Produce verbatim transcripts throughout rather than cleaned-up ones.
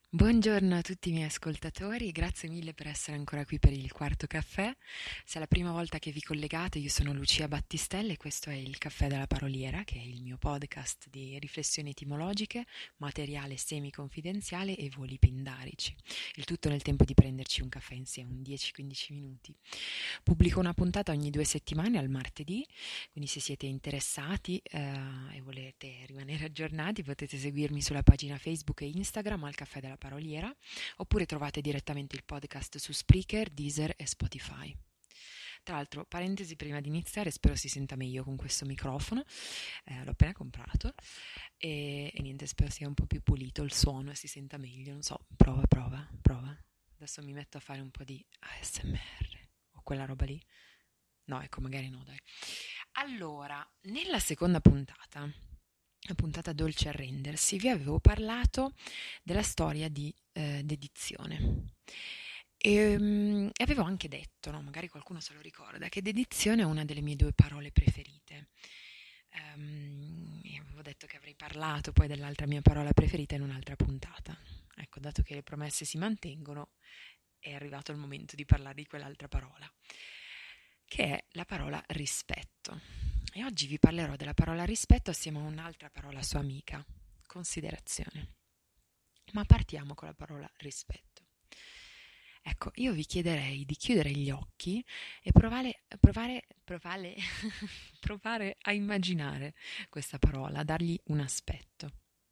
Buongiorno a tutti i miei ascoltatori, grazie mille per essere ancora qui per il quarto caffè. Se è la prima volta che vi collegate, io sono Lucia Battistella e questo è il Caffè della Paroliera, che è il mio podcast di riflessioni etimologiche, materiale semi-confidenziale e voli pindarici. Il tutto nel tempo di prenderci un caffè insieme, un dieci quindici minuti. Pubblico una puntata ogni due settimane al martedì, quindi se siete interessati eh, e volete rimanere aggiornati potete seguirmi sulla pagina Facebook e Instagram al Caffè della Paroliera, oppure trovate direttamente il podcast su Spreaker, Deezer e Spotify. Tra l'altro, parentesi prima di iniziare, spero si senta meglio con questo microfono, eh, l'ho appena comprato e, e niente, spero sia un po' più pulito il suono e si senta meglio, non so, prova, prova, prova. Adesso mi metto a fare un po' di A S M R o quella roba lì. No, ecco, magari no, dai. Allora, nella seconda puntata, la puntata dolce a rendersi, vi avevo parlato della storia di eh, dedizione. E mm, avevo anche detto, no, magari qualcuno se lo ricorda, che dedizione è una delle mie due parole preferite. Ehm, e avevo detto che avrei parlato poi dell'altra mia parola preferita in un'altra puntata. Ecco, dato che le promesse si mantengono, è arrivato il momento di parlare di quell'altra parola, che è la parola rispetto. E oggi vi parlerò della parola rispetto assieme a un'altra parola sua amica, considerazione. Ma partiamo con la parola rispetto. Ecco, io vi chiederei di chiudere gli occhi e provare, provare, provare, provare a immaginare questa parola, a dargli un aspetto.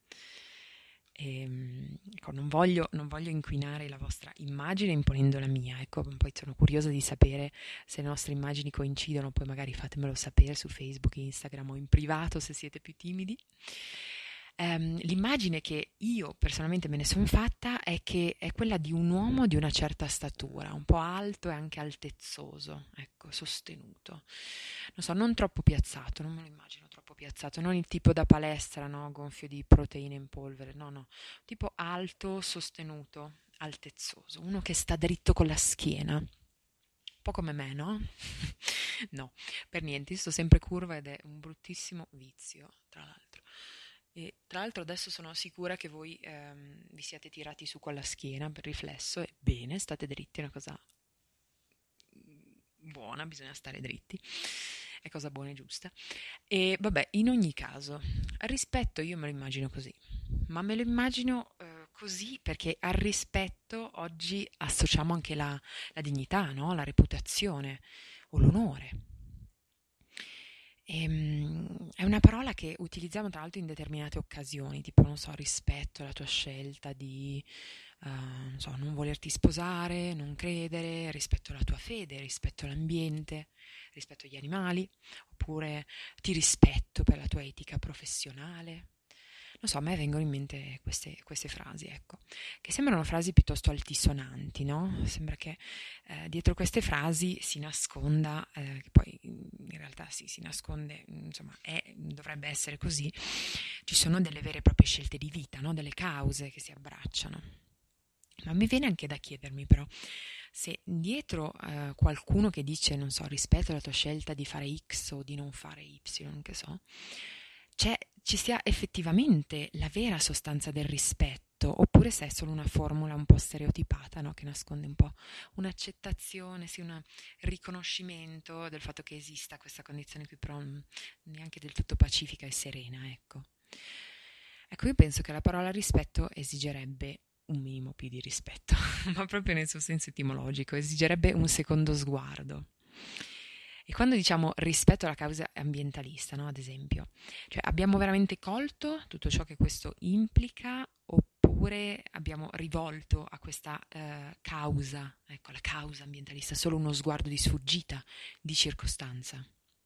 E, ecco, non voglio, non voglio inquinare la vostra immagine imponendo la mia, ecco, poi sono curiosa di sapere se le nostre immagini coincidono, poi magari fatemelo sapere su Facebook, Instagram o in privato se siete più timidi. Ehm, l'immagine che io personalmente me ne sono fatta è che è quella di un uomo di una certa statura, un po' alto e anche altezzoso, ecco, sostenuto. Non so, non troppo piazzato, non me lo immagino troppo piazzato, non il tipo da palestra, no, gonfio di proteine in polvere, no, no, tipo alto, sostenuto, altezzoso, uno che sta dritto con la schiena. Un po' come me, no? No, per niente, io sto sempre curva ed è un bruttissimo vizio, tra l'altro. E tra l'altro adesso sono sicura che voi ehm, vi siete tirati su con la schiena per riflesso e bene, state dritti, è una cosa buona, bisogna stare dritti, è cosa buona e giusta. E vabbè, in ogni caso, rispetto io me lo immagino così, ma me lo immagino eh, così perché al rispetto oggi associamo anche la, la dignità, no? La reputazione o l'onore. Ehm, è una parola che utilizziamo tra l'altro in determinate occasioni, tipo, non so, rispetto alla tua scelta di, eh, non so, non volerti sposare, non credere, rispetto alla tua fede, rispetto all'ambiente, rispetto agli animali, oppure ti rispetto per la tua etica professionale. Non so, a me vengono in mente queste, queste frasi, ecco, che sembrano frasi piuttosto altisonanti, no? Sembra che eh, dietro queste frasi si nasconda, eh, che poi in realtà sì, si nasconde, insomma, è, dovrebbe essere così, ci sono delle vere e proprie scelte di vita, no? Delle cause che si abbracciano. Ma mi viene anche da chiedermi però, se dietro eh, qualcuno che dice, non so, rispetto alla tua scelta di fare X o di non fare Y, che so, c'è, ci sia effettivamente la vera sostanza del rispetto, oppure se è solo una formula un po' stereotipata, no? Che nasconde un po' un'accettazione, sì, un riconoscimento del fatto che esista questa condizione qui, però mm, neanche del tutto pacifica e serena, ecco. Ecco, io penso che la parola rispetto esigerebbe un minimo più di rispetto, ma proprio nel suo senso etimologico, esigerebbe un secondo sguardo. E quando diciamo rispetto alla causa ambientalista, no, ad esempio, cioè abbiamo veramente colto tutto ciò che questo implica oppure abbiamo rivolto a questa eh, causa, ecco, la causa ambientalista, solo uno sguardo di sfuggita, di circostanza?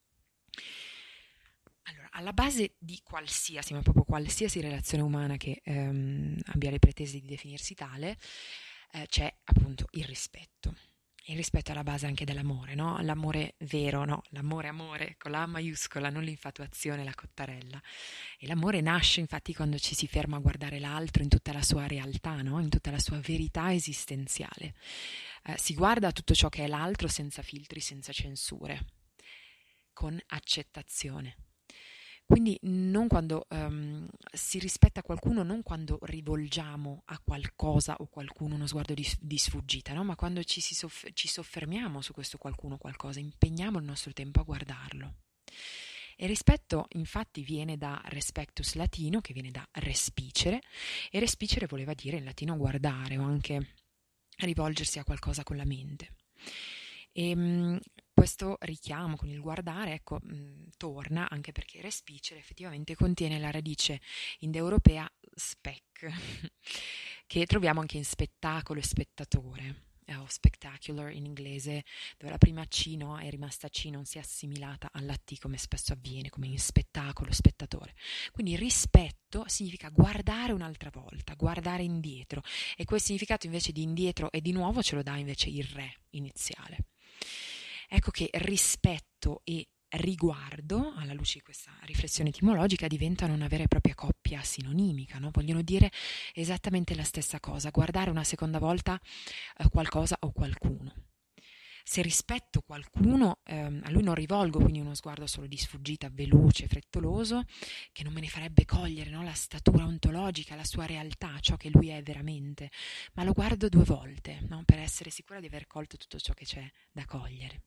Allora, alla base di qualsiasi, ma proprio qualsiasi relazione umana che ehm, abbia le pretese di definirsi tale, eh, c'è appunto il rispetto. Il rispetto è alla base anche dell'amore, no? L'amore vero, no? L'amore amore con la A maiuscola, non l'infatuazione, la cottarella. E l'amore nasce infatti quando ci si ferma a guardare l'altro in tutta la sua realtà, no? In tutta la sua verità esistenziale. Eh, si guarda tutto ciò che è l'altro senza filtri, senza censure, con accettazione. Quindi non quando ehm, si rispetta qualcuno, non quando rivolgiamo a qualcosa o qualcuno uno sguardo di, di sfuggita, no? Ma quando ci, si soff- ci soffermiamo su questo qualcuno o qualcosa, impegniamo il nostro tempo a guardarlo. E rispetto infatti viene da respectus latino, che viene da respicere, e respicere voleva dire in latino guardare o anche rivolgersi a qualcosa con la mente. E mh, questo richiamo con il guardare, ecco, mh, torna anche perché respicere effettivamente contiene la radice indoeuropea spec, che troviamo anche in spettacolo e spettatore, eh, o spectacular in inglese, dove la prima C, no, è rimasta C, non si è assimilata alla T come spesso avviene, come in spettacolo, spettatore. Quindi rispetto significa guardare un'altra volta, guardare indietro, e quel significato invece di indietro e di nuovo ce lo dà invece il re iniziale. Ecco che rispetto e riguardo, alla luce di questa riflessione etimologica, diventano una vera e propria coppia sinonimica, no? Vogliono dire esattamente la stessa cosa, guardare una seconda volta eh, qualcosa o qualcuno. Se rispetto qualcuno, ehm, a lui non rivolgo quindi uno sguardo solo di sfuggita, veloce, frettoloso, che non me ne farebbe cogliere, no? La statura ontologica, la sua realtà, ciò che lui è veramente, ma lo guardo due volte, no? Per essere sicura di aver colto tutto ciò che c'è da cogliere.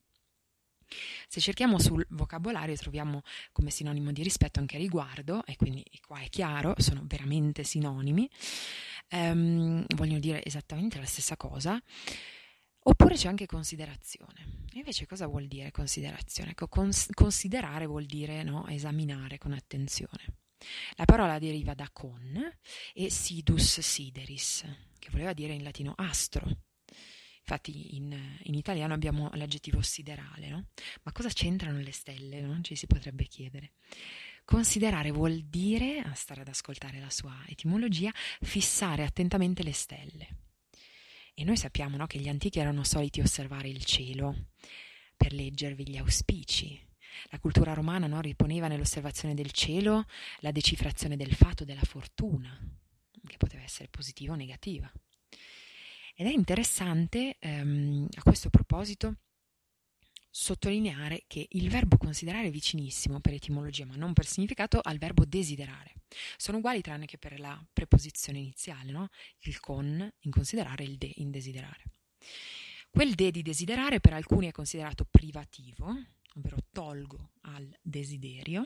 Se cerchiamo sul vocabolario troviamo come sinonimo di rispetto anche riguardo, e quindi qua è chiaro, sono veramente sinonimi, ehm, vogliono dire esattamente la stessa cosa. Oppure c'è anche considerazione. E invece cosa vuol dire considerazione? Ecco, cons- considerare vuol dire, no, esaminare con attenzione. La parola deriva da con e sidus sideris, che voleva dire in latino astro. Infatti in, in italiano abbiamo l'aggettivo siderale, no? Ma cosa c'entrano le stelle, no? Ci si potrebbe chiedere. Considerare vuol dire, a stare ad ascoltare la sua etimologia, fissare attentamente le stelle. E noi sappiamo, no, che gli antichi erano soliti osservare il cielo per leggervi gli auspici. La cultura romana, no, riponeva nell'osservazione del cielo la decifrazione del fato della fortuna, che poteva essere positiva o negativa. Ed è interessante ehm, a questo proposito sottolineare che il verbo considerare è vicinissimo per etimologia, ma non per significato, al verbo desiderare. Sono uguali tranne che per la preposizione iniziale, no? Il con in considerare e il de in desiderare. Quel de di desiderare per alcuni è considerato privativo, ovvero tolgo al desiderio,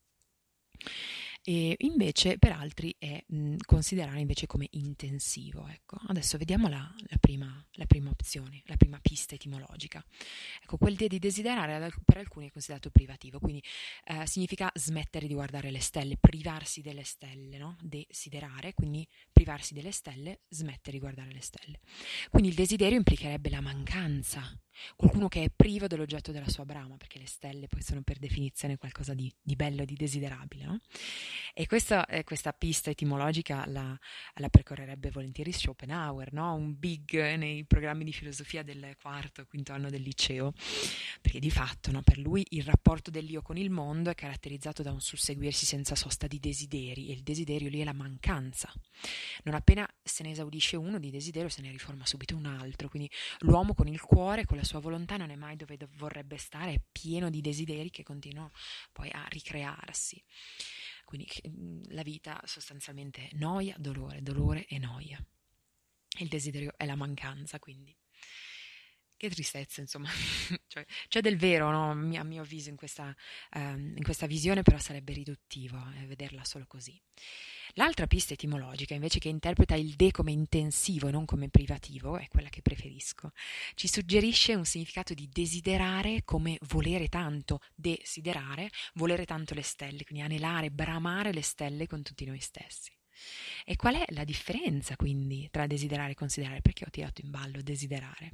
e invece per altri è mh, considerare invece come intensivo. Ecco. Adesso vediamo la, la, prima, la prima opzione, la prima pista etimologica. Ecco, quel de di desiderare per alcuni è considerato privativo, quindi eh, significa smettere di guardare le stelle, privarsi delle stelle, no? Desiderare, quindi privarsi delle stelle, smettere di guardare le stelle. Quindi il desiderio implicherebbe la mancanza, qualcuno che è privo dell'oggetto della sua brama, perché le stelle poi sono per definizione qualcosa di, di bello, di desiderabile, no? E questa, eh, questa pista etimologica la, la percorrerebbe volentieri Schopenhauer, no? Un big nei programmi di filosofia del quarto, quinto anno del liceo, perché di fatto, no, per lui il rapporto dell'io con il mondo è caratterizzato da un susseguirsi senza sosta di desideri, e il desiderio lì è la mancanza. Non appena se ne esaudisce uno di desiderio se ne riforma subito un altro, quindi l'uomo con il cuore, con la sua volontà non è mai dove vorrebbe stare, è pieno di desideri che continuano poi a ricrearsi. Quindi la vita sostanzialmente noia, dolore, dolore e noia. Il desiderio è la mancanza, quindi. Che tristezza, insomma. Cioè, c'è del vero, no? A mio avviso, in questa, um, in questa visione, però sarebbe riduttivo eh, vederla solo così. L'altra pista etimologica, invece, che interpreta il de come intensivo e non come privativo, è quella che preferisco. Ci suggerisce un significato di desiderare come volere tanto, desiderare, volere tanto le stelle, quindi anelare, bramare le stelle con tutti noi stessi. E qual è la differenza, quindi, tra desiderare e considerare? Perché ho tirato in ballo desiderare?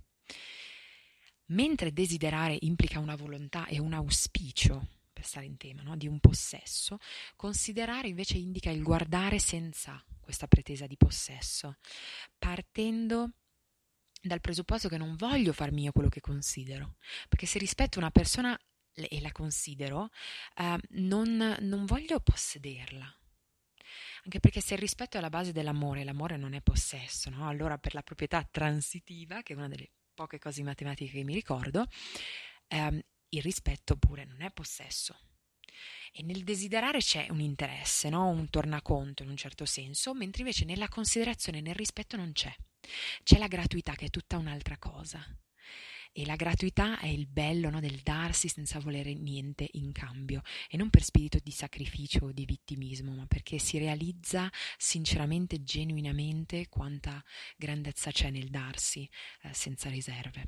Mentre desiderare implica una volontà e un auspicio, per stare in tema, no? Di un possesso, considerare invece indica il guardare senza questa pretesa di possesso, partendo dal presupposto che non voglio far mio quello che considero, perché se rispetto una persona e la considero, eh, non, non voglio possederla. Anche perché se il rispetto è la base dell'amore, l'amore non è possesso, no? Allora per la proprietà transitiva, che è una delle poche cose in matematica che mi ricordo, ehm, il rispetto pure non è possesso. E nel desiderare c'è un interesse, no? Un tornaconto in un certo senso, mentre invece nella considerazione e nel rispetto non c'è. C'è la gratuità che è tutta un'altra cosa. E la gratuità è il bello, no, del darsi senza volere niente in cambio, e non per spirito di sacrificio o di vittimismo, ma perché si realizza sinceramente, genuinamente, quanta grandezza c'è nel darsi eh, senza riserve.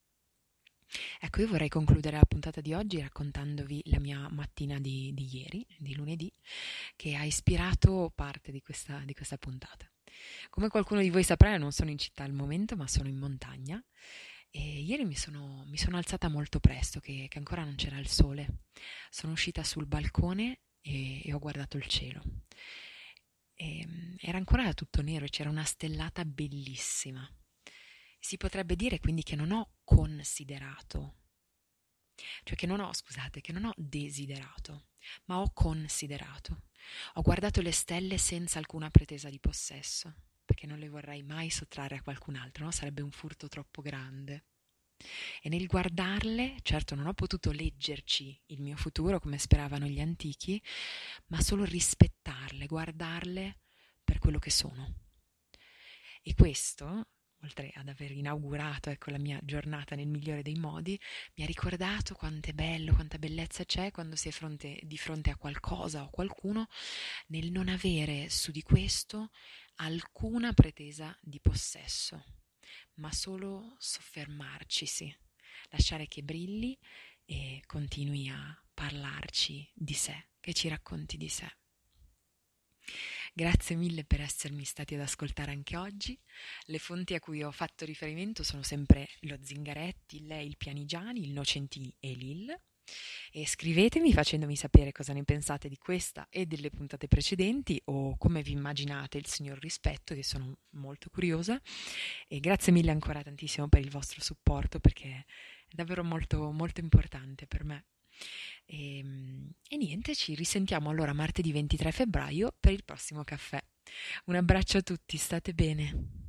Ecco, io vorrei concludere la puntata di oggi raccontandovi la mia mattina di, di ieri, di lunedì, che ha ispirato parte di questa, di questa puntata. Come qualcuno di voi saprà, non sono in città al momento, ma sono in montagna. E ieri mi sono, mi sono alzata molto presto, che, che ancora non c'era il sole. Sono uscita sul balcone e, e ho guardato il cielo. E, era ancora tutto nero e c'era una stellata bellissima. Si potrebbe dire quindi che non ho considerato, cioè che non ho, scusate, che non ho desiderato, ma ho considerato. Ho guardato le stelle senza alcuna pretesa di possesso, perché non le vorrei mai sottrarre a qualcun altro, no? Sarebbe un furto troppo grande. E nel guardarle, certo non ho potuto leggerci il mio futuro come speravano gli antichi, ma solo rispettarle, guardarle per quello che sono. E questo, oltre ad aver inaugurato, ecco, la mia giornata nel migliore dei modi, mi ha ricordato quanto è bello, quanta bellezza c'è quando si è fronte, di fronte a qualcosa o qualcuno, nel non avere su di questo alcuna pretesa di possesso, ma solo soffermarcisi, lasciare che brilli e continui a parlarci di sé, che ci racconti di sé. Grazie mille per essermi stati ad ascoltare anche oggi. Le fonti a cui ho fatto riferimento sono sempre lo Zingaretti, lei, il Pianigiani, il Nocenti e Lil. E scrivetemi facendomi sapere cosa ne pensate di questa e delle puntate precedenti, o come vi immaginate il signor rispetto, che sono molto curiosa. E grazie mille ancora tantissimo per il vostro supporto, perché è davvero molto, molto importante per me. E, e niente, ci risentiamo allora martedì ventitré febbraio per il prossimo caffè. Un abbraccio a tutti, state bene.